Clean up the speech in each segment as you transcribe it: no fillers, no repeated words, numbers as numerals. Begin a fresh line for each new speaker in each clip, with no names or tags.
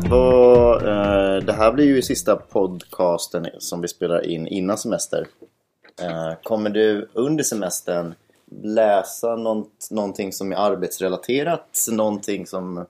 Det här blir ju sista podcasten som vi spelar in innan semester. Kommer du under semestern läsa någonting som är arbetsrelaterat? Någonting som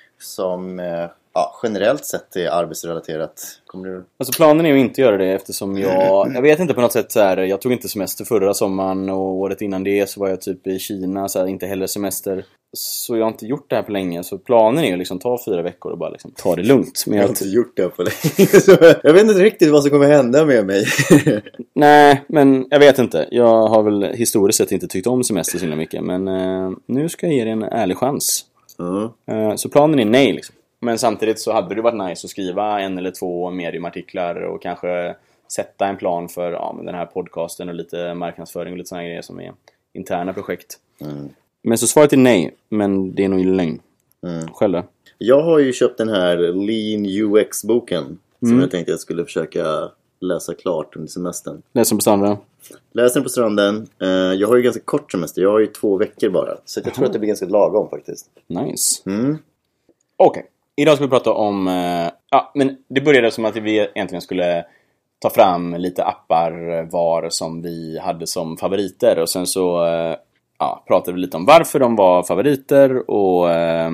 generellt sett är arbetsrelaterat? Kommer du...
Alltså planen är ju inte göra det eftersom jag vet inte på något sätt så här, jag tog inte semester förra sommaren och året innan det så var jag typ i Kina så här, inte heller semester. Så jag har inte gjort det här på länge. Så planen är ju liksom ta 4 veckor och bara liksom ta det lugnt. Men
jag har inte gjort det på länge. Så jag vet inte riktigt vad som kommer hända med mig.
Nej, men jag vet inte. Jag har väl historiskt sett inte tyckt om semester så mycket. Men nu ska jag ge det en ärlig chans. Så planen är nej liksom. Men samtidigt så hade det varit nice att skriva 1 eller 2 mediumartiklar och kanske sätta en plan för den här podcasten och lite marknadsföring och lite sådana grejer som är interna projekt. Men så svaret är nej, men det är nog lögn. Själv då?
Jag har ju köpt den här Lean UX-boken som jag tänkte jag skulle försöka läsa klart under semestern.
Läser den på stranden?
Läser den på stranden. Jag har ju ganska kort semester. Jag har ju 2 veckor bara. Så jag tror att det blir ganska lagom faktiskt.
Nice. Okej. Idag ska vi prata om... men det började som att vi egentligen skulle ta fram lite appar var som vi hade som favoriter. Och sen så pratade vi lite om varför de var favoriter. Och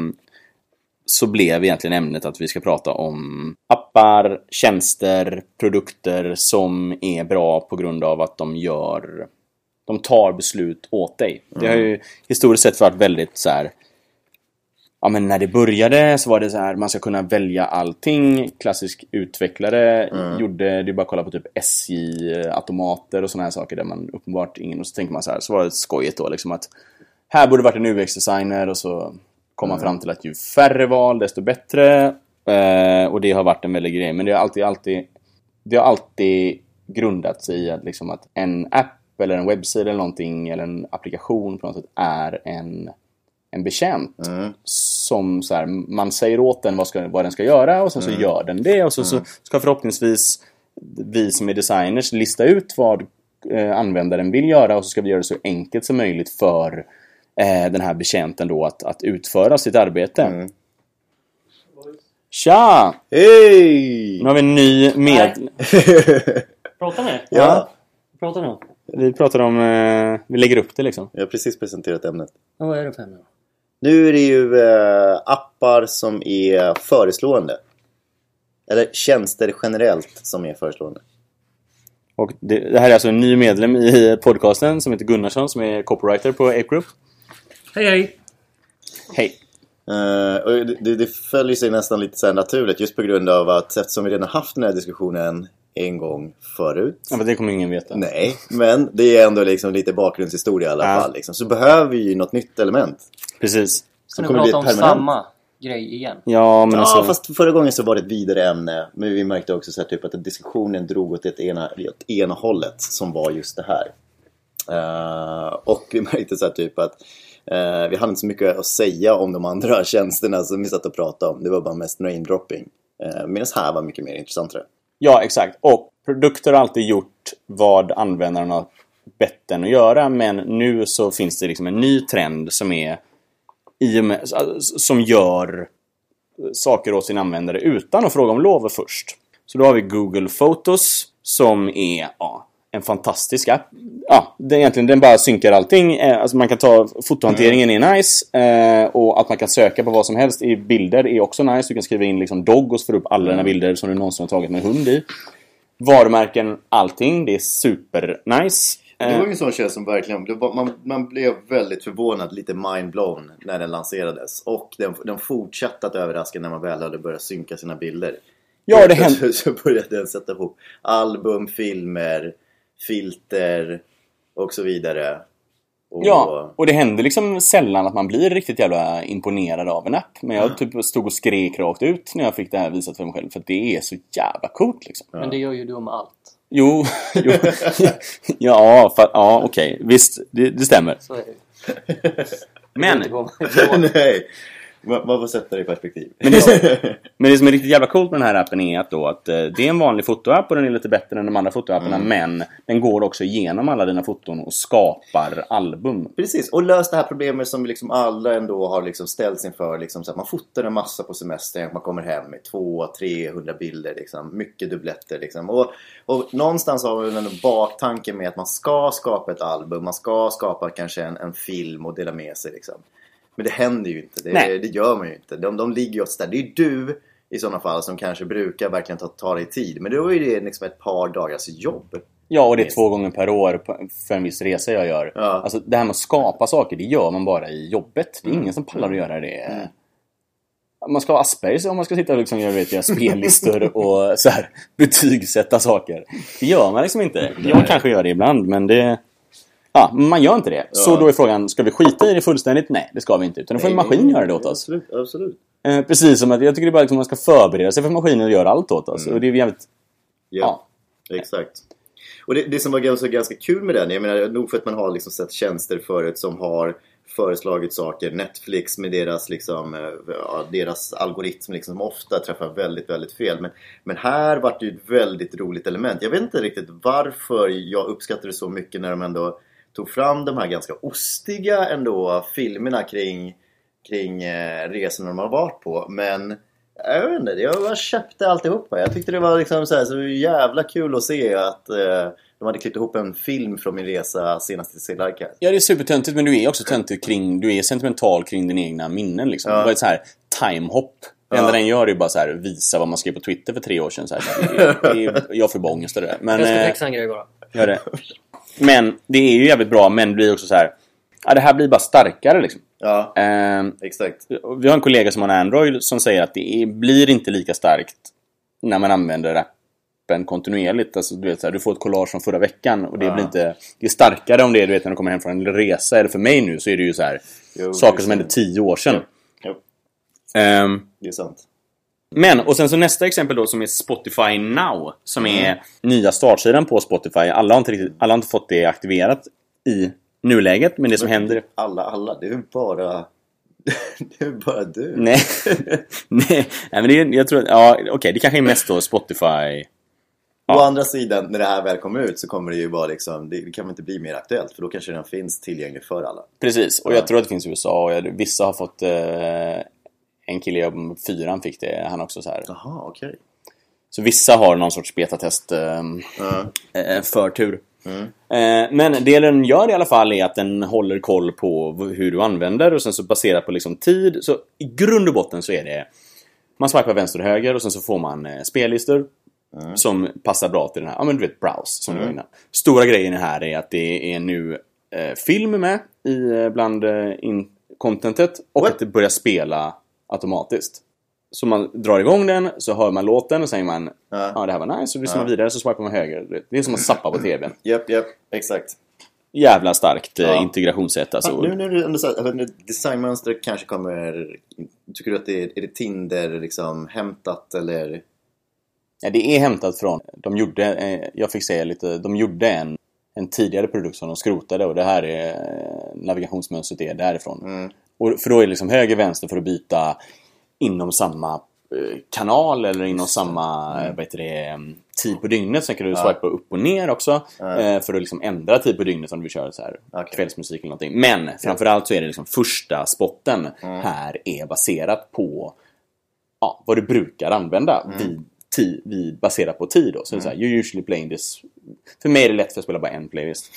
så blev egentligen ämnet att vi ska prata om appar, tjänster, produkter som är bra på grund av att de tar beslut åt dig. Det har ju historiskt sett varit väldigt så här... Ja, men när det började så var det så här, man ska kunna välja allting. Klassisk utvecklare gjorde det, bara kolla på typ SJ-automater och såna här saker där man uppenbart ingen, och så tänker man så här, så var det skojigt då liksom att här borde varit en UX-designer och så kom man fram till att ju färre val desto bättre, och det har varit en väldigt grej, men det har alltid grundat sig i att liksom att en app eller en webbsida eller någonting eller en applikation på något sätt är en betjänt som så här, man säger åt den vad den ska göra och sen så gör den det och så ska förhoppningsvis vi som är designers lista ut vad användaren vill göra och så ska vi göra det så enkelt som möjligt för den här betjänten då att utföra sitt arbete. Tja!
Hej!
Nu har vi en ny
Pratar ni?
Ja.
Pratar ni?
Vi pratar om vi lägger upp det liksom.
Jag har precis presenterat ämnet.
Vad är det för ämne?
Nu är det ju appar som är föreslående. Eller tjänster generellt som är föreslående.
Och det här är alltså en ny medlem i podcasten som heter Gunnarsson som är copywriter på Ape Group.
Hej!
Hej!
Och det följer sig nästan lite så här naturligt just på grund av att eftersom vi redan haft den här diskussionen en gång förut.
Ja, men det kommer ingen veta.
Nej, men det är ändå liksom lite bakgrundshistoria i alla fall. Liksom. Så behöver vi ju något nytt element.
Precis.
Så nu prata om samma grej igen.
Ja, men alltså...
fast förra gången så var det ett vidare ämne. Men vi märkte också så här, typ, att diskussionen drog åt ett ena hållet som var just det här. Och vi märkte så här, typ att vi hade inte så mycket att säga om de andra tjänsterna som vi satt och pratade om. Det var bara mest name-dropping. Medan här var mycket mer intressantare.
Ja, exakt. Och produkter har alltid gjort vad användarna har bett den att göra. Men nu så finns det liksom en ny trend som är som gör saker åt sin användare utan att fråga om lov först. Så då har vi Google Photos som är en fantastisk app. Ja, den bara synkar allting. Alltså man kan ta fotohanteringen är nice och att man kan söka på vad som helst i bilder är också nice. Du kan skriva in liksom dog och få upp alla dina bilder som du någonsin har tagit med en hund i. Varumärken, allting, det är super nice.
Det var ju en sån tjänst som verkligen man blev väldigt förvånad, lite mindblown när den lanserades. Och den fortsatte att överraska när man väl hade börjat synka sina bilder.
Ja, det hände.
Så började den sätta ihop album, filmer, filter och så vidare.
Och det händer liksom sällan att man blir riktigt jävla imponerad av en app. Men jag typ stod och skrek rakt ut när jag fick det här visat för mig själv. För det är så jävla coolt liksom.
Men det gör ju du om allt.
Jo. Okej. Visst, det stämmer.
Så är det.
Men
Nej. Vad sätter det i perspektiv?
Men det som är riktigt jävla coolt med den här appen är att det är en vanlig fotoapp och den är lite bättre än de andra fotoapparna, men den går också igenom alla dina foton och skapar album.
Precis, och löst det här problemet som vi liksom alla ändå har liksom ställts inför. Liksom, så att man fotar en massa på semestern, man kommer hem med 200-300 bilder, liksom, mycket dubbletter. Liksom. Och någonstans har vi en baktanke med att man ska skapa ett album, man ska skapa kanske en film och dela med sig. Liksom. Men det händer ju inte, det gör man ju inte. De ligger ju åt där. Det är du i sådana fall som kanske brukar verkligen ta dig tid. Men då är det liksom ett par dagars jobb.
Ja, och det är 2 gånger per år för en viss resa jag gör.
Ja.
Alltså det här med att skapa saker, det gör man bara i jobbet. Det är ingen som pallar att göra det. Man ska ha Asperger om man ska sitta och liksom göra spellistor och så här betygsätta saker. Det gör man liksom inte. Jag kanske gör det ibland, men det... Ja, man gör inte det. Ja. Så då är frågan, ska vi skita i det fullständigt? Nej, det ska vi inte. Utan då får en maskin göra det åt oss.
Absolut.
Precis som att jag tycker det är bara liksom man ska förbereda sig för maskinen och göra allt åt oss. Och det är jävligt...
Ja, exakt. Och det som var ganska kul med den, jag menar, nog för att man har liksom sett tjänster förut som har föreslagit saker. Netflix med deras, liksom, deras algoritm liksom, som ofta träffar väldigt, väldigt fel. Men här var det ju ett väldigt roligt element. Jag vet inte riktigt varför jag uppskattade det så mycket när de ändå tog fram de här ganska ostiga ändå filmerna kring resorna de har varit på. Men jag vet inte, jag köpte alltihopa. Jag tyckte det var liksom så jävla kul att se att de hade klippt ihop en film från min resa senast till Sri Lanka.
Ja, det är supertöntigt, men du är också töntig du är sentimental kring dina egna minnen liksom. Det var ett så här timehopp. Det enda den gör är bara så här visa vad man skrev på Twitter för 3 år sedan. Så här. Jag får bångest och det där. Men,
jag ska fixa en grej bara.
Gör det. Men det är ju jävligt bra, men det blir också så här. Ja, det här blir bara starkare liksom.
Ja, exakt.
Vi har en kollega som har en Android som säger att det blir inte lika starkt när man använder appen kontinuerligt. Alltså, du vet, så här, du får ett collage från förra veckan och det blir inte, det är starkare om det, du vet, när du kommer hem från en resa. Eller för mig nu så är det ju så här saker som hände 10 år sedan.
Jo. Det är sant.
Men, och sen så nästa exempel då som är Spotify Now, som är nya startsidan på Spotify. Alla har inte fått det aktiverat i nuläget, men det som händer...
Alla, det är ju bara... det är bara du.
Nej, men jag tror... Ja, okej, det kanske är mest då Spotify...
Å andra sidan, när det här väl kommer ut så kommer det ju bara liksom... Det kan väl inte bli mer aktuellt, för då kanske den finns tillgänglig för alla.
Precis, och jag tror att det finns i USA. Och vissa har fått... en kille i 4 fick det, han också så här.
Jaha, okej.
Så vissa har någon sorts betatest förtur. Men det den gör i alla fall är att den håller koll på hur du använder, och sen så baserat på liksom tid. Så i grund och botten så är det, man swipar vänster och höger och sen så får man spellistor som passar bra till den här. Ja, men du vet, browse som du var innan. Stora grejen här är att det är nu film med i bland contentet, och att det börjar spela automatiskt. Så man drar igång den, så hör man låten och säger man ja, det här var nice, och lyssnar man vidare så swipar man höger. Det är som att zappa på tvn.
Japp, exakt.
Jävla starkt integrationssätt alltså.
Nu när du ändå säger att designmönster kanske kommer, tycker du att är det Tinder liksom hämtat eller?
Ja, det är hämtat från, jag fick säga lite, de gjorde en tidigare produkt som de skrotade, och det här är navigationsmönstret är därifrån. Och för då är det liksom höger vänster för att byta inom samma kanal eller inom samma tid på dygnet. Sen kan du swipa upp och ner också för att liksom ändra tid på dygnet om du vill köra så här kvällsmusik eller någonting. Men framförallt så är det liksom första spotten här är baserat på vad du brukar använda vid baserat på tid då. Så det är så här, you're usually playing this. För mig är det lätt för att spela bara en playlist.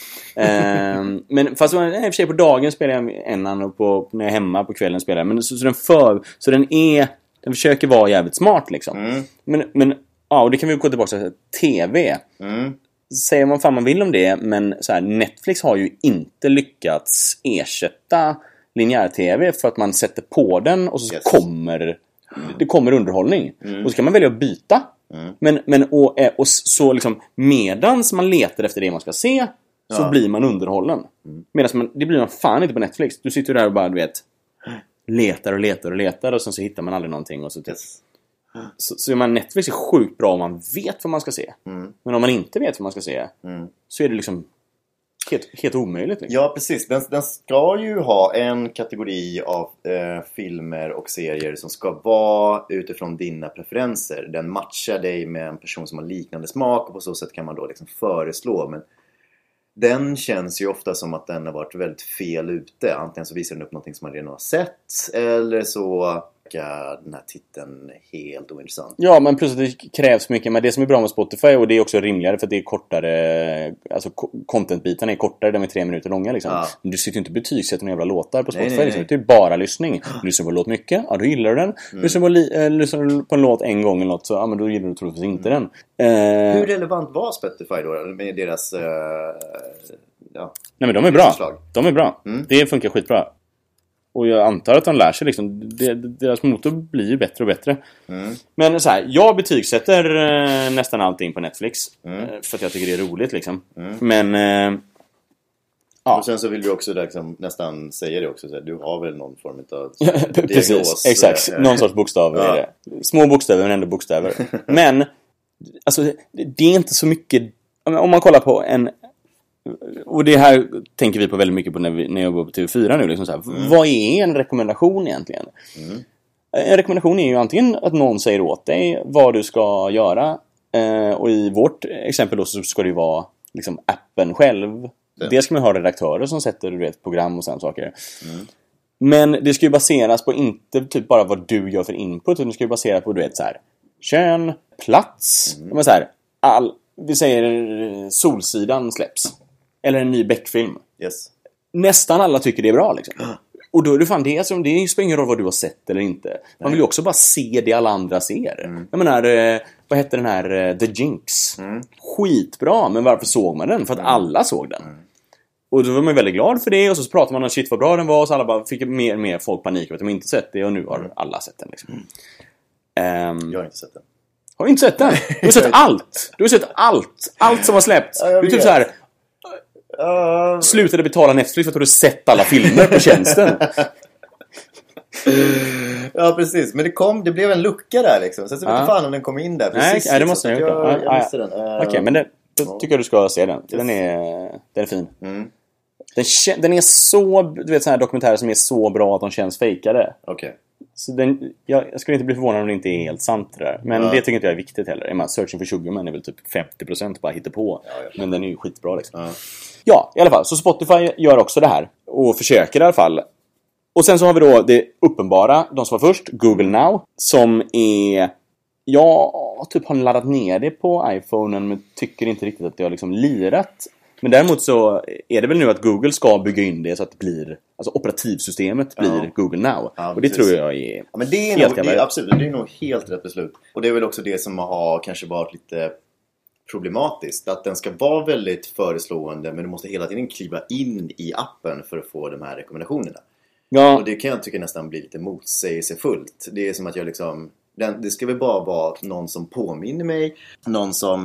Men fast i och för sig på dagen spelar jag en annan, och när jag är hemma på kvällen spelar jag. Men så den försöker vara jävligt smart liksom. Men och det kan vi gå tillbaka till TV. Säger man fan man vill om det, men så här, Netflix har ju inte lyckats ersätta linjär-TV, för att man sätter på den och så kommer underhållning. Och så kan man välja att byta. Men så liksom, medans man letar efter det man ska se, så blir man underhållen. Medan det blir man fan inte på Netflix. Du sitter där och bara, du vet, letar och sen så hittar man aldrig någonting. Och så så Netflix är sjukt bra om man vet vad man ska se. Men om man inte vet vad man ska se, så är det liksom helt omöjligt. Liksom.
Ja, precis. Den ska ju ha en kategori av filmer och serier som ska vara utifrån dina preferenser. Den matchar dig med en person som har liknande smak och på så sätt kan man då liksom föreslå. Men den känns ju ofta som att den har varit väldigt fel ute. Antingen så visar den upp något som man redan har sett eller så den här titeln helt ointressant.
Ja, men plus att det krävs mycket. Men det som är bra med Spotify, och det är också rimligare för att det är kortare, alltså content-bitarna är kortare, de är 3 minuter långa liksom. Ja. Men du sitter ju inte betygsätta några jävla låtar på Spotify. Nej. Liksom. Det är bara lyssning. Lyssnar på en låt mycket, ja då gillar du den. Lyssnar på en låt en gång eller något, så ja, men då gillar du troligtvis inte den.
Hur relevant var Spotify då? Med deras
Nej, men de är bra. De är bra. Det funkar skitbra. Och jag antar att de lär sig liksom, deras motor blir ju bättre och bättre. Men så här, jag betygsätter nästan allting på Netflix. För att jag tycker det är roligt liksom. Men
ja. Och sen så vill du också liksom, nästan säga det också så här, du har väl någon form av
precis, exakt, någon sorts bokstav är det. Små bokstäver men ändå bokstäver. Men alltså det är inte så mycket. Om man kollar på en, och det här tänker vi på väldigt mycket på när jag jobbar på TV4 nu liksom så här, vad är en rekommendation egentligen? En rekommendation är ju antingen att någon säger åt dig vad du ska göra, och i vårt exempel då så ska det ju vara liksom appen själv. Det ska man ha redaktörer som sätter program och sådana saker. Men det ska ju baseras på inte typ bara vad du gör för input, utan det ska ju baseras på så här, kön, plats, men så här, vi säger Solsidan släpps. Eller en ny Beck-film.
Yes.
Nästan alla tycker det är bra liksom. Och då är det fan det som det spelar ingen roll vad du har sett eller inte. Man vill ju också bara se det alla andra ser. Jag menar, vad heter den här The Jinx? Skitbra, men varför såg man den? För att alla såg den. Och då var man väldigt glad för det. Och så pratade man om shit vad bra den var. Och så alla bara fick mer och mer folk panik för att de inte sett det. Och nu har alla sett den liksom.
Jag har inte sett den.
Har du inte sett den? Du har sett allt. Du har sett allt. Allt som har släppts. Du är typ så här. Slutade betala Netflix för att du har sett alla filmer på tjänsten.
Ja, precis. Men det blev en lucka där liksom. Så jag vet inte fan om den kom in där. Precis,
nej, det måste jag ha gjort.
Jag missade den.
Okej, men då tycker jag du ska se den. Yes. Den är fin. Den är så, du vet, såna här dokumentärer som är så bra att de känns fejkade.
Okej.
Så jag skulle inte bli förvånad om det inte är helt sant det där. Men det tycker inte jag är viktigt heller. Searching for Sugarman är väl typ 50% bara hittar på. Men den är ju skitbra liksom. Ja, i alla fall. Så Spotify gör också det här. Och försöker i alla fall. Och sen så har vi då det uppenbara. De som var först, Google Now. Som är... Jag typ har laddat ner det på iPhonen. Men tycker inte riktigt att det har liksom lirat. Men däremot så är det väl nu att Google ska bygga in det så att det blir... Alltså operativsystemet blir Google Now. Ja, och det tror jag är...
Ja, men det är helt nog, absolut, det är nog helt rätt beslut. Och det är väl också det som har kanske varit lite problematiskt. Att den ska vara väldigt föreslående, men du måste hela tiden kliva in i appen för att få de här rekommendationerna. Ja. Och det kan jag tycka nästan bli lite motsägelsefullt. Det är som att jag liksom... Det ska väl bara vara någon som påminner mig. Någon som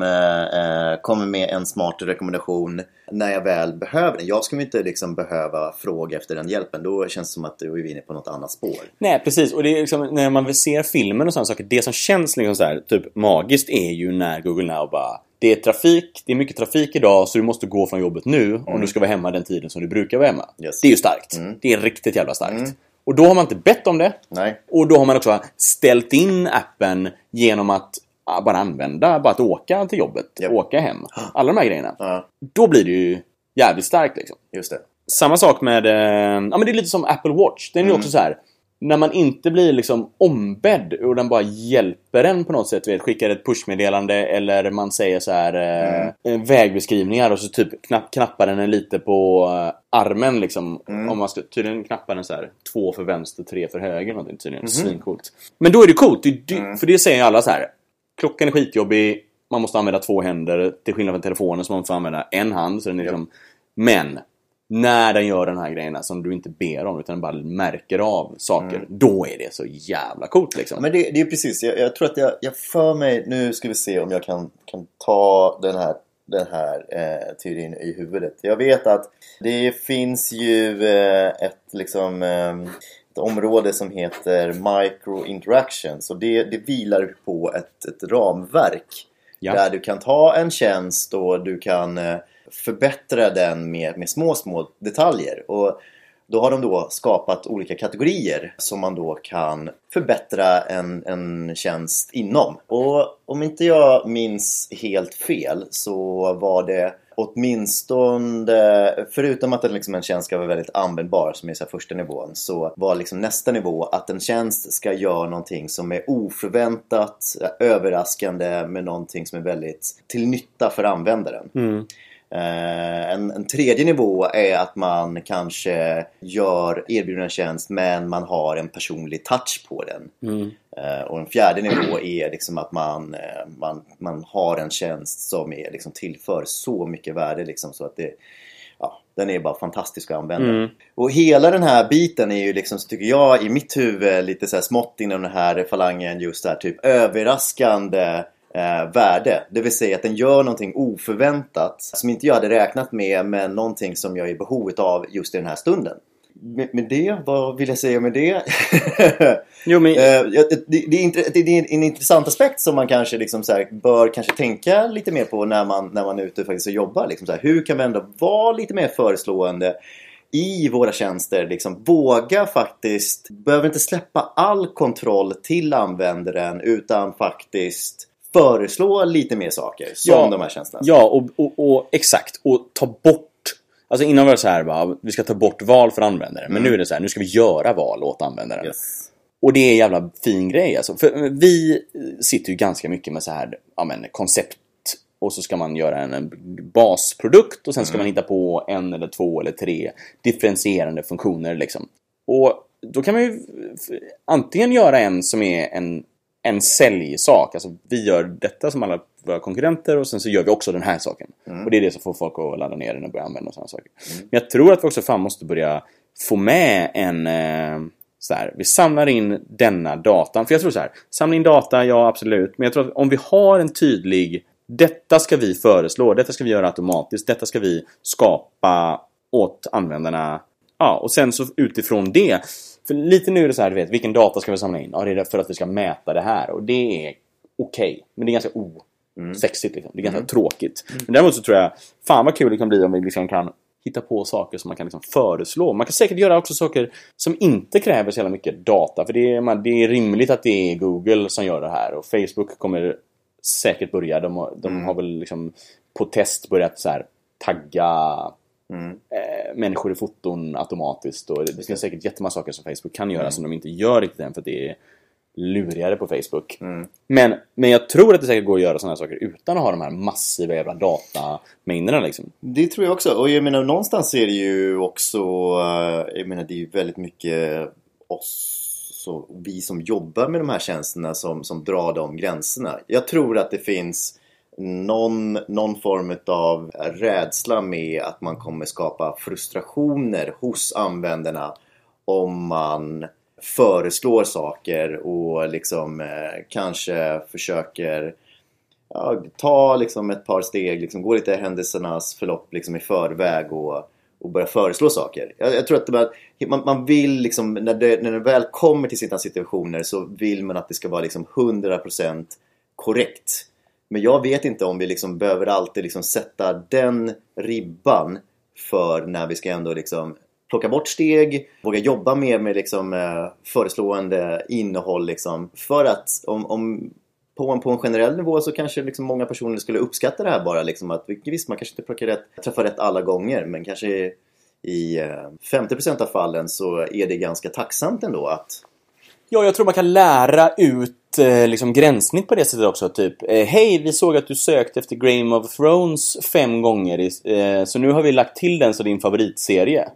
kommer med en smart rekommendation när jag väl behöver den. Jag ska inte liksom behöva fråga efter den hjälpen. Då känns det som att vi är inne på något annat spår.
Nej, precis. Och det är liksom, när man ser filmen och sådana saker. Det som känns liksom så här, typ magiskt är ju när Google Now bara... Det är trafik, det är mycket trafik idag. Så du måste gå från jobbet nu om du ska vara hemma den tiden som du brukar vara hemma. Yes. Det är ju starkt. Det är riktigt jävla starkt. Och då har man inte bett om det.
Nej.
Och då har man också ställt in appen genom att bara att åka till jobbet. Åka hem. Alla de här grejerna. Då blir det ju jävligt starkt liksom.
Just det.
Samma sak med... men det är lite som Apple Watch. Den är ju också så här... När man inte blir liksom ombedd och den bara hjälper en på något sätt, skickar ett pushmeddelande eller man säger så här vägbeskrivningar och så typ knappar den lite på armen liksom. Om man ska tydligen knappa den så här 2 för vänster, 3 för höger någonting tydligen. Svincoolt. Men då är det coolt, för det säger alla så här. Klockan är skitjobbig, man måste använda 2 händer till skillnad från telefonen som man får använda en hand så den är liksom, men när den gör den här grejerna som du inte ber om utan den bara märker av saker, då är det så jävla coolt liksom.
Men det är precis, jag tror att jag för mig, nu ska vi se om jag kan ta den här teorin i huvudet. Jag vet att det finns ju ett område som heter micro-interactions och det vilar på ett ramverk där du kan ta en tjänst och du kan förbättra den med små detaljer. Och då har de då skapat olika kategorier som man då kan förbättra en tjänst inom. Och om inte jag minns helt fel så var det åtminstone, förutom att en tjänst ska vara väldigt användbar som är så här första nivån, så var liksom nästa nivå att en tjänst ska göra någonting som är oförväntat, överraskande, med någonting som är väldigt till nytta för användaren. En tredje nivå är att man kanske erbjuder en tjänst men man har en personlig touch på den. Och en fjärde nivå är liksom att man har en tjänst som är liksom tillför så mycket värde liksom, så att den är bara fantastisk att använda. Och hela den här biten är ju liksom, så tycker jag, i mitt huvud lite så här smått inom den här falangen, just det här typ överraskande värde. Det vill säga att den gör någonting oförväntat som inte jag hade räknat med, men någonting som jag är i behovet av just i den här stunden. Med det, vad vill jag säga med det?
Jo, men...
det är en intressant aspekt som man kanske liksom så här bör kanske tänka lite mer på när man är ute faktiskt och jobbar. Liksom så här, hur kan vi ändå vara lite mer föreslående i våra tjänster, liksom våga faktiskt, behöver inte släppa all kontroll till användaren utan faktiskt föreslå lite mer saker som de här tjänsterna.
Ja, och exakt. Och ta bort, alltså innan var det så här, vi ska ta bort val för användare. Men nu är det så här, nu ska vi göra val åt användaren.
Yes.
Och det är en jävla fin grej alltså. För vi sitter ju ganska mycket med så här, koncept. Och så ska man göra en basprodukt. Och sen ska man hitta på 1 eller 2 eller 3 differentierande funktioner liksom. Och då kan man ju antingen göra en som är en säljsak. Alltså vi gör detta som alla våra konkurrenter och sen så gör vi också den här saken. Och det är det som får folk att ladda ner den och börja använda sådana saker. Men jag tror att vi också fan måste börja få med en så här, vi samlar in denna datan. För jag tror så här, samla in data, ja absolut. Men jag tror att om vi har en tydlig, detta ska vi föreslå, detta ska vi göra automatiskt, detta ska vi skapa åt användarna. Ja, och sen så utifrån det, för lite nu är det så här, du vet, vilken data ska vi samla in? Ja, det är för att vi ska mäta det här. Och det är okej. Men det är ganska osexigt liksom. Det är ganska tråkigt. Men däremot så tror jag, fan vad kul det kan bli om vi liksom kan hitta på saker som man kan liksom föreslå. Man kan säkert göra också saker som inte kräver så jävla mycket data. För det är rimligt att det är Google som gör det här. Och Facebook kommer säkert börja. De har väl liksom på test börjat så här tagga människor i foton automatiskt. Och det finns säkert jättemånga saker som Facebook kan göra som de inte gör riktigt än för att det är lurigare på Facebook. Men jag tror att det säkert går att göra sådana här saker utan att ha de här massiva jävla datamängderna liksom.
Det tror jag också. Och jag menar, någonstans är det ju också, jag menar, det är ju väldigt mycket vi som jobbar med de här tjänsterna som drar de gränserna. Jag tror att det finns någon form av rädsla med att man kommer skapa frustrationer hos användarna om man föreslår saker och liksom kanske försöker ta liksom ett par steg, liksom gå lite händelsernas förlopp liksom i förväg och börja föreslå saker. Jag tror att man vill liksom, när det väl kommer till sina situationer så vill man att det ska vara liksom 100% korrekt. Men jag vet inte om vi liksom behöver alltid liksom sätta den ribban för när vi ska ändå liksom plocka bort steg, våga jobba mer med liksom föreslående innehåll liksom, för att om på en generell nivå så kanske liksom många personer skulle uppskatta det här bara liksom, att visst, man kanske inte träffar rätt alla gånger, men kanske i 50% av fallen så är det ganska tacksamt ändå att...
Ja, jag tror man kan lära ut liksom gränssnitt på det sättet också. Typ, hej, vi såg att du sökte efter Game of Thrones 5 gånger. Så nu har vi lagt till den som din favoritserie.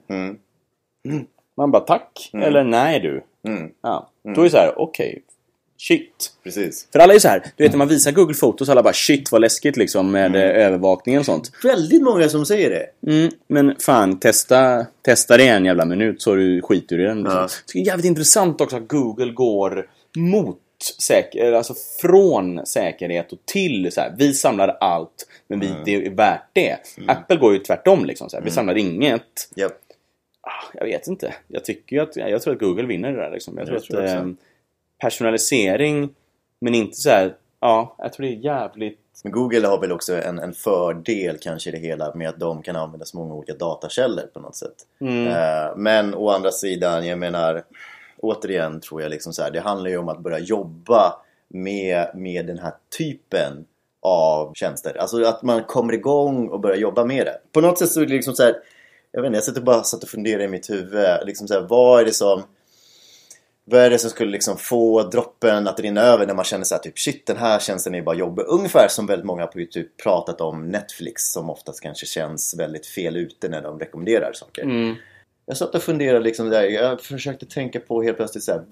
Man bara, tack. Eller nej du. Ja. Då är det så här, okej. Shit.
Precis.
För alla är så här, du vet när man visar Google Fotos, alla bara shit vad läskigt liksom med övervakningen och sånt.
Väldigt många som säger det.
Men fan, testa det en jävla minut så du skiter i den. Liksom. Det är jävligt intressant också att Google går mot alltså från säkerhet och till så här, vi samlar allt men det är värt det. Apple går ju tvärtom liksom så här, vi samlar inget.
Yep.
Jag vet inte. Jag tror att Google vinner det där liksom. Jag tror att personalisering, men inte så här, jag tror det är jävligt
Men Google har väl också en fördel kanske i det hela med att de kan använda så många olika datakällor på något sätt. Men å andra sidan, jag menar, återigen tror jag liksom så här, det handlar ju om att börja jobba med den här typen av tjänster. Alltså att man kommer igång och börjar jobba med det. På något sätt så är det liksom så här, jag vet inte, jag satt och funderade i mitt huvud liksom så här, vad är det som skulle liksom få droppen att rinna över när man känner så här, typ shit, den här tjänsten är bara jobbig. Ungefär som väldigt många på YouTube pratat om Netflix, som oftast kanske känns väldigt fel ute när de rekommenderar saker. Jag satt och funderade liksom där, jag försökte tänka på helt plötsligt så här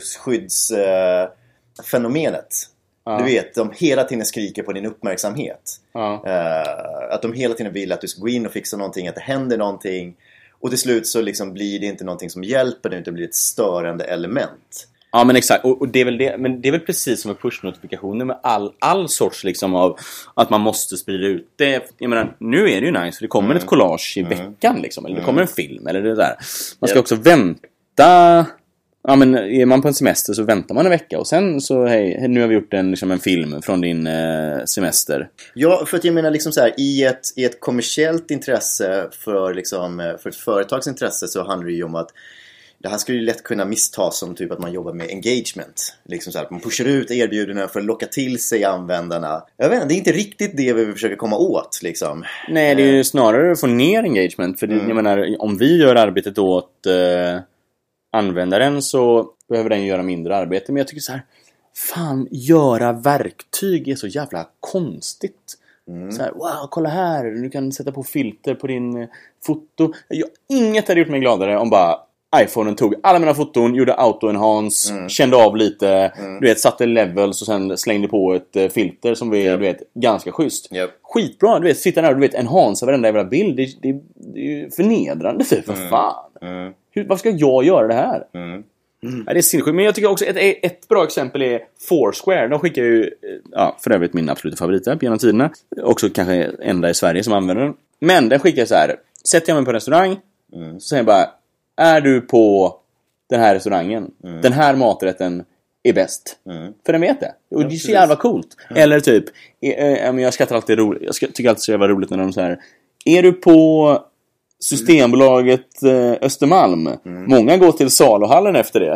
virusskyddsfenomenet. Du vet, de hela tiden skriker på din uppmärksamhet. Att de hela tiden vill att du ska gå in och fixa någonting, att det händer någonting. Och till slut så liksom blir det inte någonting som hjälper dig, utan blir ett störande element.
Ja, men exakt. Och det är väl det, men det är väl precis som med push-notifikationer med all sorts liksom av att man måste sprida ut det. Jag menar, nu är det ju nice, för det kommer ett collage i veckan liksom, eller det kommer en film eller det där. Man ska också vänta. Ja, men är man på en semester så väntar man en vecka och sen så hej, nu har vi gjort en film från din semester.
Ja, för att jag menar liksom så här, i ett kommersiellt intresse för ett företags intresse så handlar det ju om att det här skulle ju lätt kunna misstas som typ att man jobbar med engagement. Liksom så här, att man pushar ut erbjudanden för att locka till sig användarna. Jag vet inte, det är inte riktigt det vi vill försöka komma åt liksom.
Nej, det är ju snarare att få ner engagement. För det, jag menar, om vi gör arbetet åt användaren så behöver den göra mindre arbete. Men jag tycker så här, fan, göra verktyg är så jävla konstigt. Så här, wow, kolla här, du kan sätta på filter på din foto. Inget hade gjort mig gladare om bara iPhonen tog alla mina foton, gjorde auto-enhance, kände av lite, du vet, satte levels och sen slängde på ett filter som var, du vet, ganska schysst. Skitbra, du vet, sitta där och du vet, enhance varenda jävla bild. Det är ju förnedrande för fan. Varför ska jag göra det här? Ja, det är sinnessjukt. Men jag tycker också ett bra exempel är Foursquare. De skickar ju, för övrigt min absoluta favoritapp genom tiderna. Också kanske enda i Sverige som använder den. Men den skickar så här: sätter jag mig på en restaurang, så säger jag bara, är du på den här restaurangen? Den här maträtten är bäst. För den vet det. Och det är så jävla coolt. Eller typ, jag skrattar alltid roligt. Jag tycker alltid så jävla roligt när de så här, är du på Systembolaget Östermalm? Många går till Saluhallen efter det.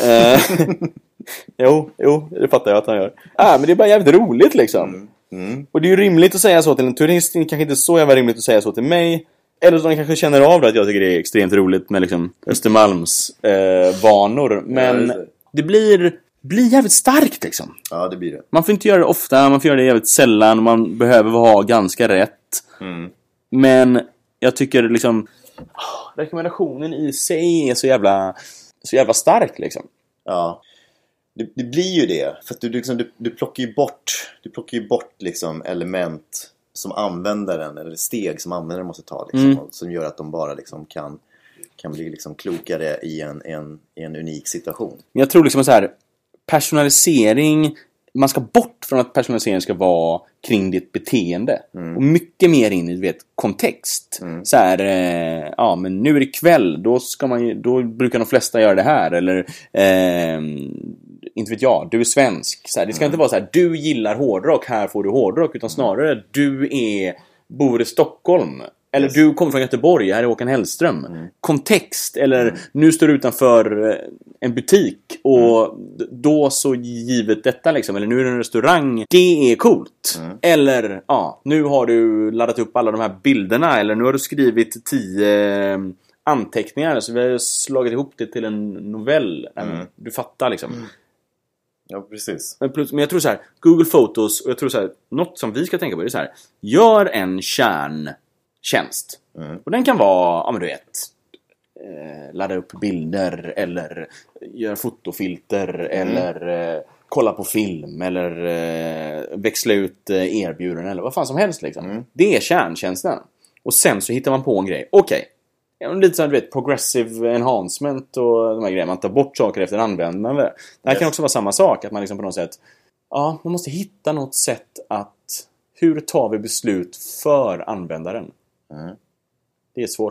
Jo, det fattar jag att han gör. Men det är bara jävligt roligt liksom. Och det är ju rimligt att säga så till en turist. Det kanske inte så jävla rimligt att säga så till mig. Eller så de kanske känner av det, att jag tycker det är extremt roligt med liksom Östermalms vanor. Men det blir jävligt starkt liksom. Ja, det blir det. Man får inte göra det ofta, man får göra det jävligt sällan. Och man behöver ha ganska rätt. Men jag tycker liksom rekommendationen i sig är så jävla stark liksom. Ja. Det blir ju det. För att du plockar ju bort liksom element som användaren, eller steg som användaren måste ta liksom, som gör att de bara liksom kan bli liksom klokare i en unik situation. Jag tror liksom så här, personalisering, man ska bort från att personalisering ska vara kring ditt beteende och mycket mer in i, du vet, kontext. Så här, men nu är det kväll, då brukar de flesta göra det här, eller inte vet jag, du är svensk. Så här, det ska inte vara så här, du gillar hårdrock, här får du hårdrock, utan snarare du bor i Stockholm. Eller du kommer från Göteborg, här är Håkan Hellström. Kontext, eller nu står du utanför en butik och då så givet detta liksom, eller nu är det en restaurang. Det är coolt. Eller nu har du laddat upp alla de här bilderna, eller nu har du skrivit 10 anteckningar, så vi har slagit ihop det till en novell. Du fattar liksom. Ja, precis. Men jag tror så här, Google Photos, och jag tror så här, något som vi ska tänka på är så här: gör en kärntjänst. Och den kan vara, men du vet, ladda upp bilder, eller göra fotofilter, eller kolla på film, eller växla ut erbjudanden, eller vad fan som helst liksom. Det är kärntjänsten. Och sen så hittar man på en grej. Okej. Lite som, du vet, progressive enhancement och de här grejerna. Man tar bort saker efter användande. Det här kan också vara samma sak. Att man liksom på något sätt, man måste hitta något sätt att, hur tar vi beslut för användaren? Det är svårt, tror jag.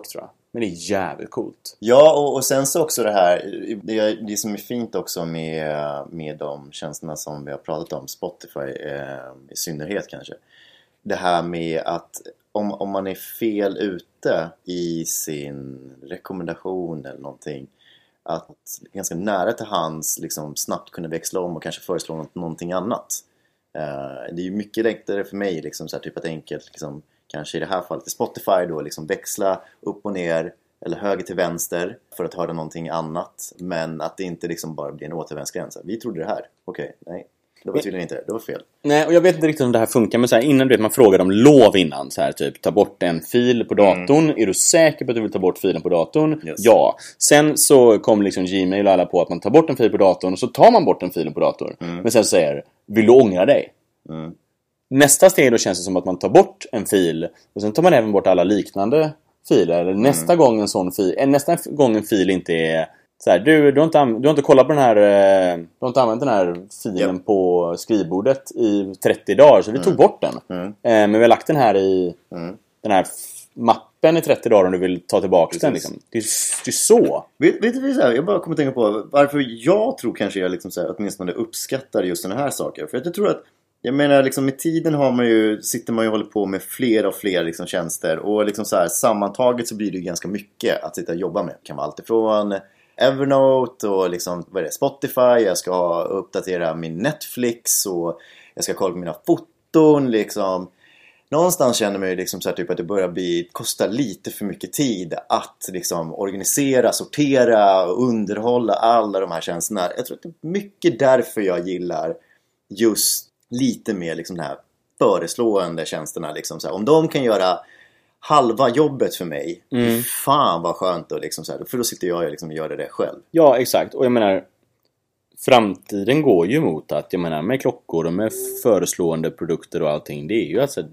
Men det är jävligt coolt.
Ja, och sen så också det här, det som är fint också med de tjänsterna som vi har pratat om, Spotify i synnerhet kanske. Det här med att om man är fel ute i sin rekommendation eller någonting, att ganska nära till hands liksom snabbt kunna växla om och kanske föreslå någonting annat. Det är ju mycket lättare för mig liksom, så här, typ att enkelt liksom, kanske i det här fallet i Spotify då liksom växla upp och ner eller höger till vänster för att höra någonting annat, men att det inte liksom bara blir en återvändsgräns. Vi trodde det här. Okej, nej. Det var tydligen inte, det var fel.
Nej, och jag vet inte riktigt om det här funkar, men så här, innan du vet, man frågar om lov innan, så här, typ, ta bort en fil på datorn. Är du säker på att du vill ta bort filen på datorn?
Yes.
Ja. Sen så kom liksom Gmail och alla på att man tar bort en fil på datorn, och så tar man bort en filen på datorn. Men sen säger, vill du ångra dig? Nästa steg då känns det som att man tar bort en fil, och sen tar man även bort alla liknande filer. Nästa gång en fil inte är så här, du har inte kollat på den här, du har inte använt den här filen på skrivbordet i 30 dagar, så vi tog bort den. Men vi har lagt den här i den här mappen i 30 dagar om du vill ta tillbaka den liksom. Det är så.
Vet du så här, jag bara kommer att tänka på varför jag tror kanske jag liksom så här, åtminstone uppskattar just den här saken. För jag tror att, jag menar liksom med tiden sitter man ju och håller på med fler och fler liksom tjänster, och liksom så här, sammantaget så blir det ju ganska mycket att sitta och jobba med. Det kan vara allt ifrån Evernote och liksom, vad är det, Spotify, jag ska uppdatera min Netflix och jag ska kolla på mina foton liksom. Någonstans känner man ju liksom så här, typ att det börjar kosta lite för mycket tid att liksom organisera, sortera och underhålla alla de här tjänsterna. Jag tror att det är mycket därför jag gillar just lite mer liksom de här föreslående tjänsterna liksom, så här, om de kan göra halva jobbet för mig, fan vad skönt då, liksom, så här, för då sitter jag liksom och gör det själv.
Ja, exakt. Och jag menar, framtiden går ju mot att, jag menar, med klockor och med föreslående produkter och allting, det är ju alltså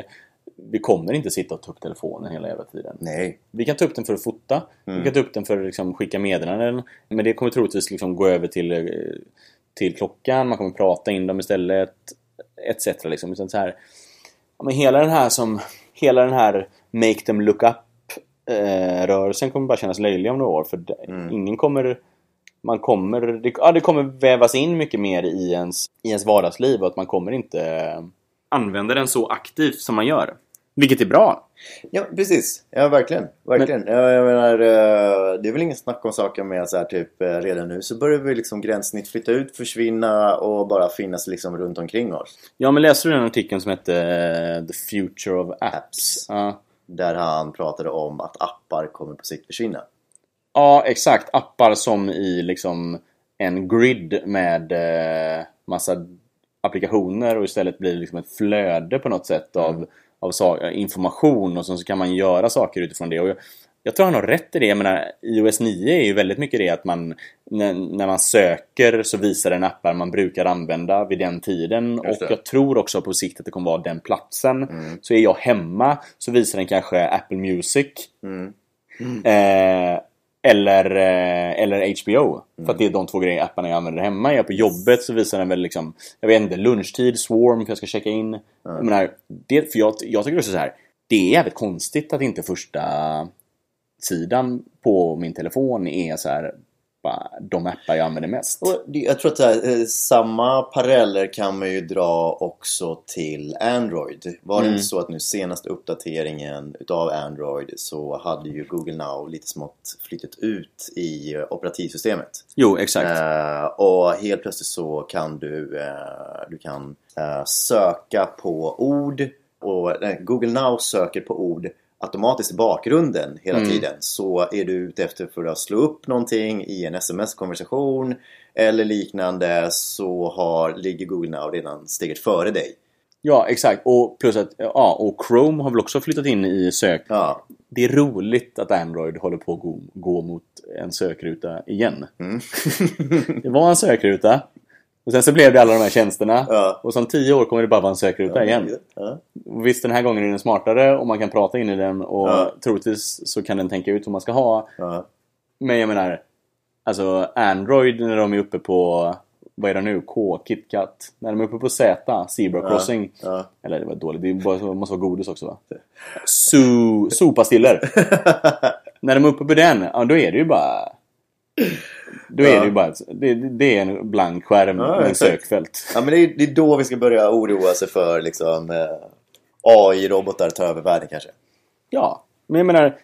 vi kommer inte sitta och ta upp telefonen hela jävla tiden.
Nej.
Vi kan ta upp den för att fota, vi kan ta upp den för att liksom skicka meddelanden, men det kommer troligtvis liksom gå över till klockan, man kommer prata in dem istället, etc. liksom. Så här, ja, men hela den här make them look up rörelsen kommer bara kännas löjlig om några år, för det kommer vävas in mycket mer i ens vardagsliv, och att man kommer inte använda den så aktivt som man gör, vilket är bra.
Ja, precis. Ja, verkligen. Jag menar, det är väl ingen snack om saker med så här, typ redan nu så börjar vi liksom gränssnitt flytta ut, försvinna och bara finnas liksom runt omkring oss.
Ja, men läser du den artikeln som heter The Future of Apps?
Där han pratade om att appar kommer på sikt försvinna.
Ja, exakt. Appar som i liksom en grid med massa applikationer, och istället blir det liksom ett flöde på något sätt av information, och så kan man göra saker utifrån det. Och jag tror han har rätt i det. Jag menar, iOS 9 är ju väldigt mycket det att man när man söker så visar den appar man brukar använda vid den tiden. Och jag tror också på sikt att det kommer vara den platsen. Så är jag hemma så visar den kanske Apple Music. Eller HBO. För att det är de två grejer apparna jag använder hemma. Jag är på jobbet så visar den väl liksom, jag vet inte, lunchtid, Swarm för jag ska checka in. Jag menar, för jag tycker också så här, det är jävligt konstigt att inte första sidan på min telefon är så här, bara de appar jag använder mest.
Och jag tror att så här, samma paralleller kan man ju dra också till Android. Var det inte så att nu senaste uppdateringen utav Android så hade ju Google Now lite smått flyttat ut i operativsystemet.
Jo, exakt.
Och helt plötsligt så kan du kan söka på ord, och Google Now söker på ord automatiskt i bakgrunden hela tiden. Så är du ute efter för att slå upp någonting i en sms-konversation eller liknande, så ligger Google Now redan steget före dig.
Ja, exakt. Och plus att och Chrome har väl också flyttat in i sök. Ja. Det är roligt att Android håller på att gå mot en sökruta igen. Det var en sökruta. Och sen så blev det alla de här tjänsterna. Ja. Och som 10 år kommer det bara vara en sökruta igen. Ja. Och visst, den här gången är den smartare och man kan prata in i den. Och troligtvis så kan den tänka ut vad man ska ha. Ja. Men jag menar, alltså Android när de är uppe på, vad är det nu? KitKat. När de är uppe på Z, Zebra Crossing. Ja. Eller det var dåligt, det måste vara godis också, va? Sopastiller. när de är uppe på den, ja, då är det ju bara... Då är det ju bara... Det är en blank skärm med en sökfält.
Ja, men det är då vi ska börja oroa sig för liksom AI-robotar tar över världen kanske.
Ja, men jag menar...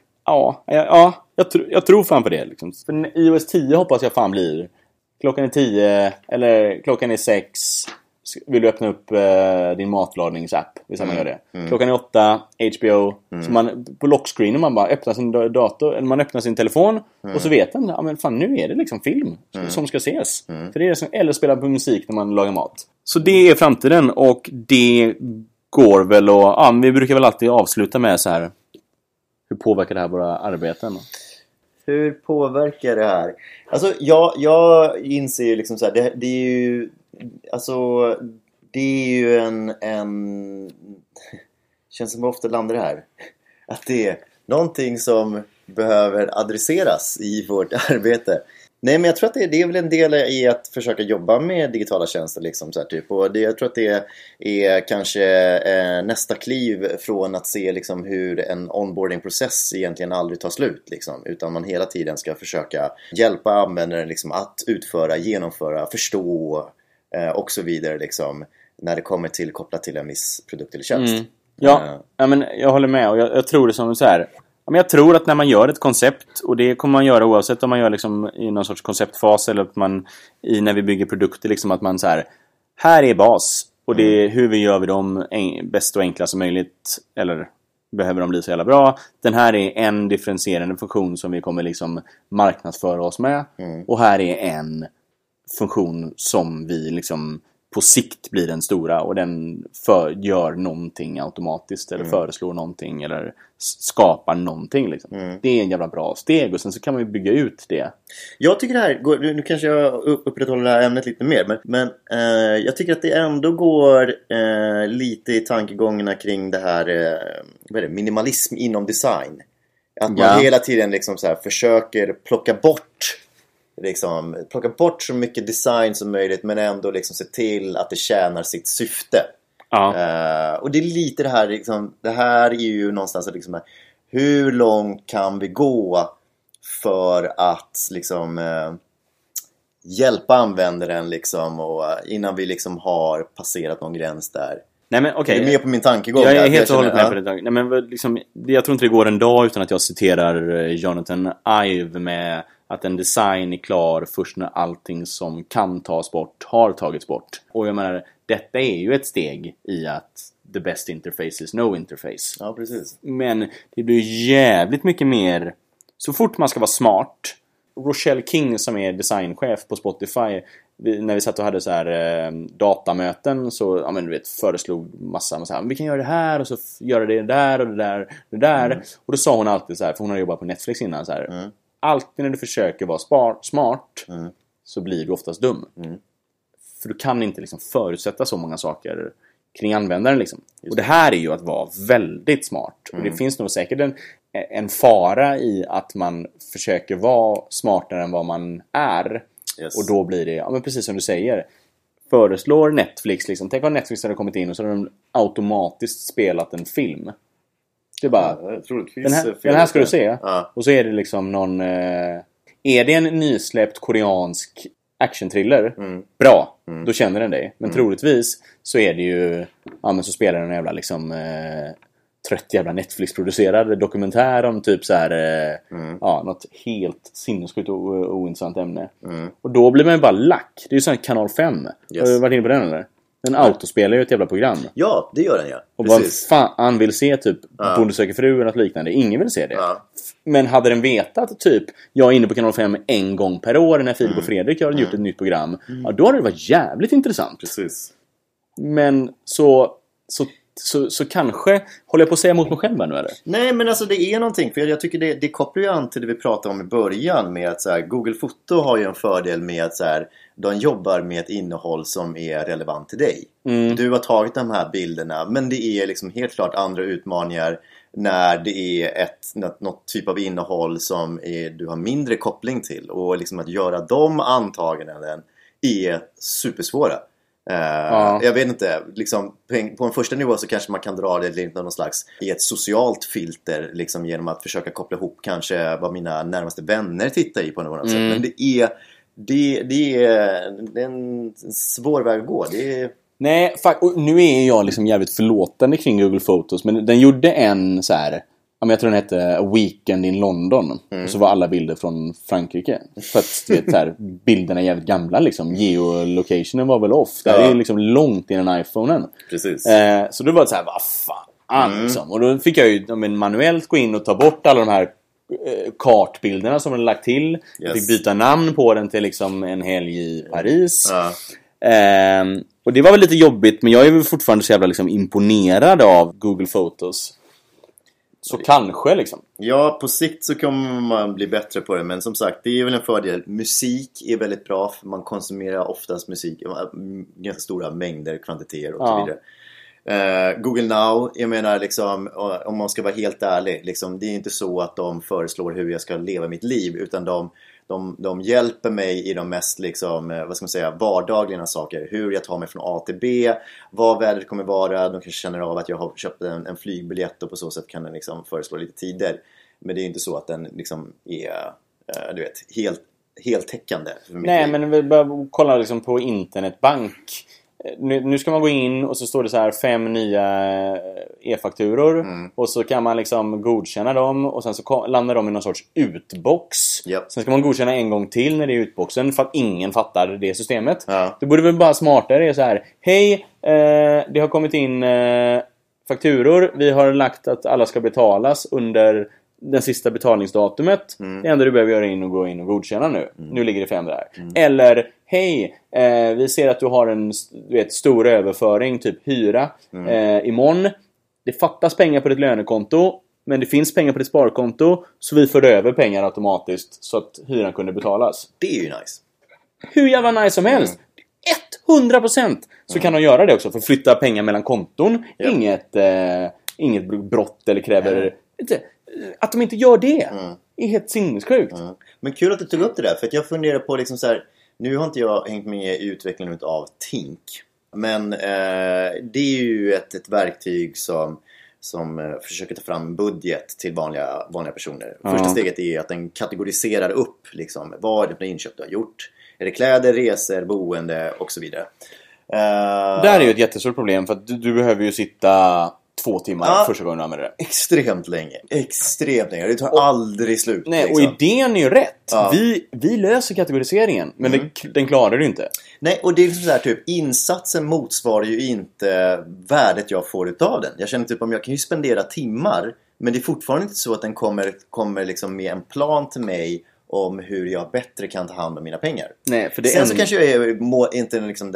Jag tror fan på det liksom. För iOS 10 hoppas jag fan blir... Klockan är 10 eller klockan är 6. Vill du öppna upp din matlagningsapp, hvis man gör det. Klockan är 8, HBO. Så man på lockscreenen man bara öppnar sin dator eller man öppnar sin telefon och så vet man, ja men fan nu är det liksom film som ska ses. För det är som eller spela på musik när man lagar mat. Så det är framtiden och det går väl och vi brukar väl alltid avsluta med så här, hur påverkar det här våra arbeten?
Hur påverkar det här? Alltså jag inser ju liksom så här, det är ju alltså det är ju en känns som ofta landar det här att det är någonting som behöver adresseras i vårt arbete. Nej, men jag tror att det är väl en del i att försöka jobba med digitala tjänster liksom så här, typ. Och jag tror att det är kanske nästa kliv från att se liksom hur en onboarding-process egentligen aldrig tar slut liksom, utan man hela tiden ska försöka hjälpa användaren liksom, att utföra, genomföra, förstå och så vidare liksom, när det kommer till kopplat till en viss produkt eller tjänst.
Ja, men jag håller med och jag tror det som så här. Men jag tror att när man gör ett koncept, och det kommer man göra oavsett om man gör liksom i någon sorts konceptfas eller att man när vi bygger produkter liksom att man så här är bas och det är hur vi gör vi dem bäst och enklast som möjligt eller behöver de bli så jävla bra. Den här är en differentierande funktion som vi kommer liksom marknadsföra oss med och här är en funktion som vi liksom på sikt blir den stora och den gör någonting automatiskt eller föreslår någonting eller skapar någonting liksom. Det är en jävla bra steg och sen så kan man ju bygga ut det. Jag tycker det här går, nu kanske jag upprätthåller det här ämnet lite mer men jag tycker att det ändå går lite i tankegångarna kring det här vad är det, minimalism inom design. Att man hela tiden liksom så här försöker plocka bort så mycket design som möjligt men ändå liksom se till att det tjänar sitt syfte. Och det är lite det här liksom, det här är ju någonstans liksom, hur långt kan vi gå för att liksom hjälpa användaren liksom, och innan vi liksom har passerat någon gräns där. Nej, men okej. Är du med på min tankegång? Jag är helt och hållet med på det. Nej, men liksom, jag tror inte det går en dag utan att jag citerar Jonathan Ive med att en design är klar först när allting som kan tas bort har tagits bort. Och jag menar, detta är ju ett steg i att the best interface is no interface. Ja, precis. Men det blir jävligt mycket mer så fort man ska vara smart. Rochelle King som är designchef på Spotify, när vi satt och hade så här datamöten så ja men du vet föreslog massa så här, vi kan göra det här och så göra det där och det där. Och då sa hon alltid så här, för hon har jobbat på Netflix innan så här. Alltid när du försöker vara smart så blir du oftast dum. För du kan inte liksom förutsätta så många saker kring användaren liksom. Och det här är ju att vara väldigt smart. Och det finns nog säkert en fara i att man försöker vara smartare än vad man är. Och då blir det, ja men precis som du säger, föreslår Netflix liksom, tänk om Netflix hade kommit in och så hade de automatiskt spelat en film. Det är bara, jag tror den här ska du se. Och så är det liksom någon är det en nysläppt koreansk actionthriller? Bra, då känner den dig. Men troligtvis så är det ju men så spelar den en jävla liksom trött jävla Netflix-producerad dokumentär om typ så här något helt sinnessjukt och ointressant ämne. Och då blir man ju bara lack. Det är ju sån här kanal 5. Har du varit inne på den eller? Den autospelar ju ett jävla program. Ja, det gör den, ja. Och precis. Vad fan vill se typ Bonde söker fru eller något liknande. Ingen vill se det. Men hade den vetat typ jag är inne på kanal 5 en gång per år när Filip och Fredrik har gjort ett nytt program. Ja, då hade det varit jävligt intressant. Precis. Men så kanske håller jag på att säga emot mig själv nu eller? Nej, men alltså det är någonting. För jag tycker det kopplar ju an till det vi pratade om i början. Med att så här, Google Foto har ju en fördel med att så här, de jobbar med ett innehåll som är relevant till dig. Du har tagit de här bilderna. Men det är liksom helt klart andra utmaningar när det är något typ av innehåll som du har mindre koppling till. Och liksom att göra de antaganden är supersvåra.
Jag vet inte, liksom, på en första nivå så kanske man kan dra det till någon slags i ett socialt filter liksom, genom att försöka koppla ihop kanske vad mina närmaste vänner tittar i på något sätt. Men det är en svår väg att gå.
Nej, och nu är jag liksom jävligt förlåtande kring Google Photos, men den gjorde en så här, jag tror den hette A Weekend in London. Och så var alla bilder från Frankrike. För att du vet, så här, bilderna är jävligt gamla liksom. Geolocationen var väl off. Det är liksom långt innan iPhonen.
Precis.
Så då var det så här, vad fan liksom. Och då fick jag ju manuellt gå in och ta bort alla de här kartbilderna som de lagt till. Jag fick byta namn på den till liksom en helg i Paris. Och det var väl lite jobbigt, men jag är väl fortfarande så jävla liksom imponerad av Google Photos. Så kanske liksom.
Ja, på sikt så kommer man bli bättre på det. Men som sagt, det är väl en fördel. Musik är väldigt bra, för man konsumerar oftast musik ganska stora mängder, kvantiteter och så vidare. Google Now, jag menar liksom, om man ska vara helt ärlig liksom, det är inte så att de föreslår hur jag ska leva mitt liv, utan de hjälper mig i de mest liksom, vad ska man säga, vardagliga saker. Hur jag tar mig från A till B, vad vädret kommer vara. De kanske känner av att jag har köpt en flygbiljett, och på så sätt kan den liksom föreslå lite tider. Men det är inte så att den liksom är du vet, helt täckande för mitt liv.
Men vi bara kolla liksom på internetbank. Nu ska man gå in och så står det så här 5 nya e-fakturor och så kan man liksom godkänna dem, och sen så landar de i någon sorts utbox. Sen ska man godkänna en gång till när det är utboxen, för att ingen fattar det systemet. Det borde väl bara smartare, det är så här: hej, det har kommit in fakturor, vi har lagt att alla ska betalas under den sista betalningsdatumet. Det enda du behöver göra är att gå in och godkänna nu. Nu ligger det 5 där. Eller hej, vi ser att du har en stor överföring, typ hyra imorgon. Det fattas pengar på ditt lönekonto, men det finns pengar på ditt sparkonto, så vi för över pengar automatiskt så att hyran kunde betalas.
Det är ju nice.
Hur jävla nice som helst. 100% så kan de göra det också, för att flytta pengar mellan konton. Inget brott eller kräver att de inte gör det. Är helt sinnessjukt.
Men kul att du tog upp det där, för att jag funderar på liksom så här, nu har inte jag hängt med i utvecklingen av Tink, men det är ju ett verktyg som försöker ta fram budget till vanliga personer. Första steget är att den kategoriserar upp liksom, vad är det för inköp du har gjort. Är det kläder, resor, boende och så vidare.
Där är ju ett jättestort problem, för att du behöver ju sitta 2 timmar första gången du använder det.
Extremt länge. Det tar aldrig slut.
Nej,
liksom.
Och idén är ju rätt. Vi löser kategoriseringen, men den klarar du inte.
Nej, och det är så här, typ, insatsen motsvarar ju inte värdet jag får utav den. Jag känner typ, om jag kan ju spendera timmar, men det är fortfarande inte så att den kommer liksom med en plan till mig om hur jag bättre kan ta hand om mina pengar.
Nej, för det
sen så kanske jag är inte liksom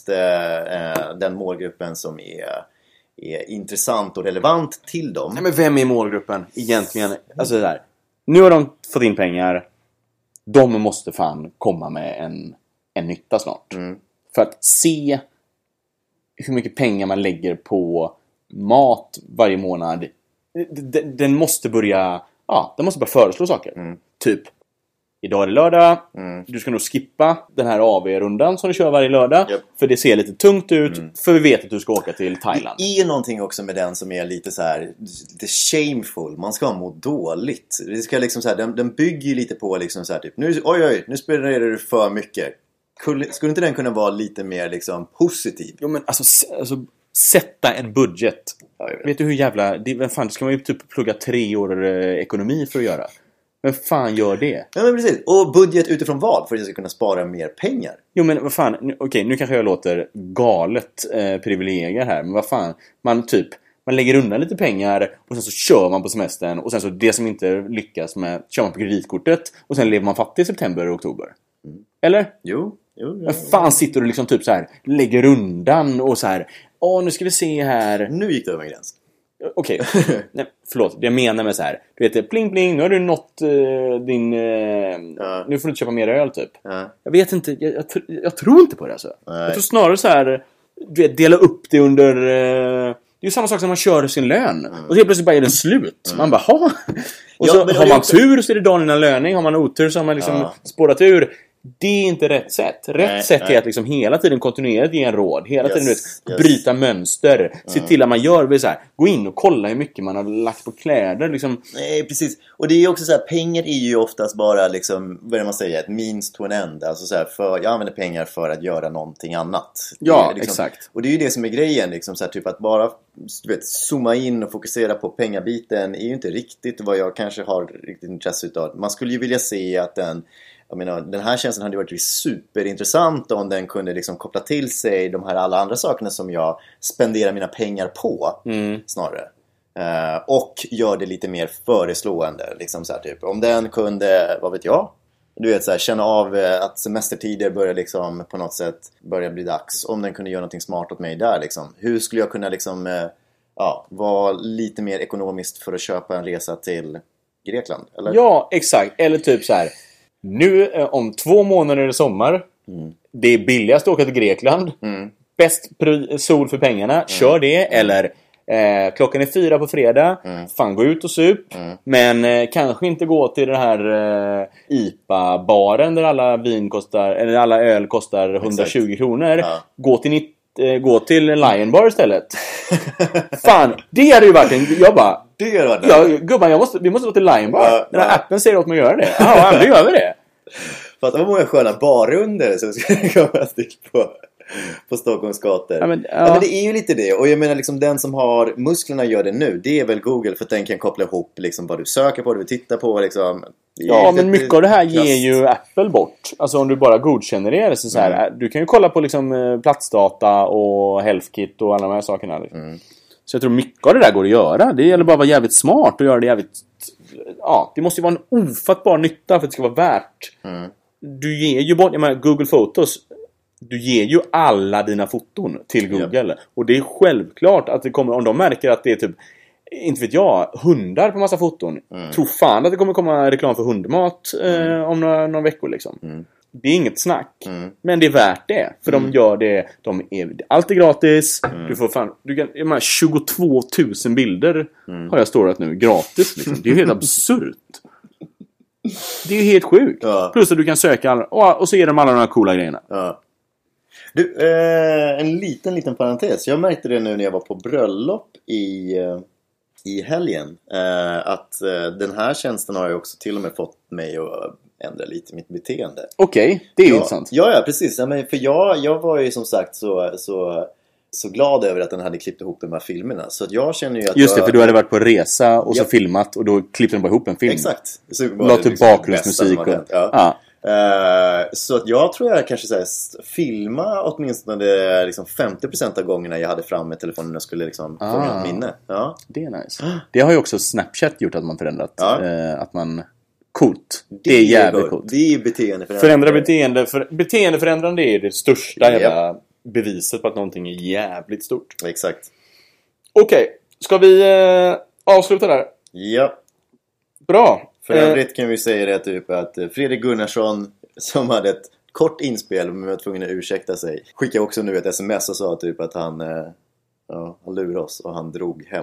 den målgruppen som är intressant och relevant till dem.
Nej, men vem är målgruppen egentligen? Alltså det där. Nu har de fått in pengar. De måste fan komma med en nytta snart. För att se hur mycket pengar man lägger på mat varje månad. Den måste börja föreslå saker. Typ, idag är det lördag. Du ska nog skippa den här AV-rundan som du kör varje lördag. För det ser lite tungt ut. För vi vet att du ska åka till Thailand.
Det är någonting också med den som är lite så här, lite shameful. Man ska må dåligt. Det ska liksom så här, den bygger ju lite på liksom så här, typ, nu spenderar du för mycket. Skulle inte den kunna vara lite mer liksom positiv?
Jo, men alltså sätta en budget. Vet du hur jävla... Det ska man ju typ plugga 3 år ekonomi för att göra. Men fan gör det?
Ja, men precis. Och budget utifrån vad? För att jag ska kunna spara mer pengar.
Jo, men vad fan. Okej, nu kanske jag låter galet privilegier här. Men vad fan. Man lägger undan lite pengar och sen så kör man på semestern. Och sen så det som inte lyckas med kör man på kreditkortet. Och sen lever man fattig i september och oktober. Eller?
Jo.
Men fan sitter du liksom typ så här, lägger undan och så här. Nu ska vi se här.
Nu gick det över en gräns.
Okej. Nej, förlåt. Jag menar med så här. Du vet, pling pling, nu har du nått din... Nu får du inte köpa mer öl typ. Jag vet inte, jag tror inte på det alltså. Jag tror snarare så här, du vet, dela upp det under... det är ju samma sak som man kör sin lön. Och så helt plötsligt bara är den slut. Man bara, ha. Och så har man tur så är det dagen innan löning. Har man otur så har man liksom spårat ur. Det är inte rätt sätt. Rätt sätt är att liksom hela tiden kontinuerligt ge en råd. Hela tiden bryta mönster. Se till att man gör så här. Gå in och kolla hur mycket man har lagt på kläder. Liksom.
Nej, precis. Och det är ju också så här, pengar är ju oftast bara liksom, vad är det man säger, ett means to an end. Alltså så här, jag använder pengar för att göra någonting annat.
Ja,
liksom,
exakt.
Och det är ju det som är grejen. Liksom, så här, typ att bara zooma in och fokusera på pengabiten är ju inte riktigt vad jag kanske har riktigt intresse utav. Man skulle ju vilja se att den här tjänsten hade varit superintressant om den kunde liksom koppla till sig de här alla andra sakerna som jag spenderar mina pengar på snarare. Och gör det lite mer föreslående liksom så här, typ. Om den kunde, vad vet jag, du vet så här, känna av att semestertider börjar liksom på något sätt börja bli dags. Om den kunde göra någonting smart åt mig där liksom. Hur skulle jag kunna liksom vara lite mer ekonomiskt för att köpa en resa till Grekland, eller?
Ja, exakt. Eller typ så här. Nu om 2 månader är det sommar. Det är billigast att åka till Grekland. Bäst sol för pengarna. Kör det. Eller klockan är 4 på fredag. Fan, gå ut och sup. Men kanske inte gå till den här IPA-baren där alla vin kostar, eller alla öl kostar 120 kronor. Gå till Lion Bar istället. Fan, det hade ju varit en... Jag bara... Gubban, vi måste gå till Lion Bar. Den här appen säger åt mig att göra det. Ja, då gör vi det.
För vad många sköna barunder som ska komma till på Stockholms gator. Ja, men det är ju lite det. Och jag menar liksom, den som har musklerna gör det nu. Det är väl Google, för att den kan koppla ihop liksom, vad du söker på, vad du tittar på liksom.
Ja, men mycket av det här ger ju Apple bort. Alltså om du bara godkänner det så här, du kan ju kolla på liksom platsdata och HealthKit och alla de här sakerna liksom. Så jag tror mycket av det där går att göra. Det gäller bara att vara jävligt smart och göra det jävligt... Ja, det måste ju vara en ofattbar nytta för att det ska vara värt. Du ger ju bort... Jag menar, Google Photos... Du ger ju alla dina foton till Google. Och det är självklart att det kommer... Om de märker att det är typ... Inte vet jag, hundar på massa foton. Tror fan att det kommer komma reklam för hundmat om några veckor liksom. Det är inget snack. Men det är värt det. För de gör det. Allt är gratis. Du får fan... Jag menar, 22 000 bilder har jag storat nu. Gratis liksom. Det är ju helt absurt. Det är ju helt sjukt. Plus att du kan söka alla, och så ger de alla de här coola grejerna.
Du, en liten parentes. Jag märkte det nu när jag var på bröllop i helgen. Att den här tjänsten har ju också till och med fått mig att ändra lite mitt beteende.
Okej, det är ju intressant.
Ja, precis. Ja, men för jag var ju som sagt så glad över att den hade klippt ihop de här filmerna. Så att jag känner ju att
just det, för du hade varit på resa och så filmat och då klippte de bara ihop en film.
Exakt.
Låt typ bakgrundsmusik.
Så att jag tror jag kanske såhär, filma åtminstone liksom 50% av gångerna jag hade fram med telefonen och skulle liksom få något minne. Ja.
Det är nice. Det har ju också Snapchat gjort att man förändrat. Att man... Coolt. Det är jävligt coolt.
Det är beteendeförändrande.
Beteendeförändrande är det största jävla beviset på att någonting är jävligt stort.
Exakt.
Okej, ska vi avsluta där?
Ja.
Bra.
För övrigt kan vi säga det typ att Fredrik Gunnarsson, som hade ett kort inspel men var tvungen att ursäkta sig, skickade också nu ett sms och sa typ att han lurade oss och han drog hem.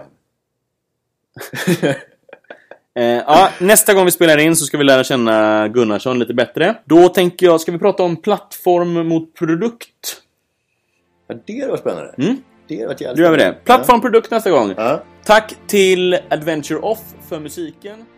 Nästa gång vi spelar in så ska vi lära känna Gunnarsson lite bättre. Då tänker jag, ska vi prata om plattform mot produkt?
Ja, det har varit spännande. Det har varit jävligt.
Då gör vi det. Plattform produkt nästa gång. Tack till Adventure Off för musiken.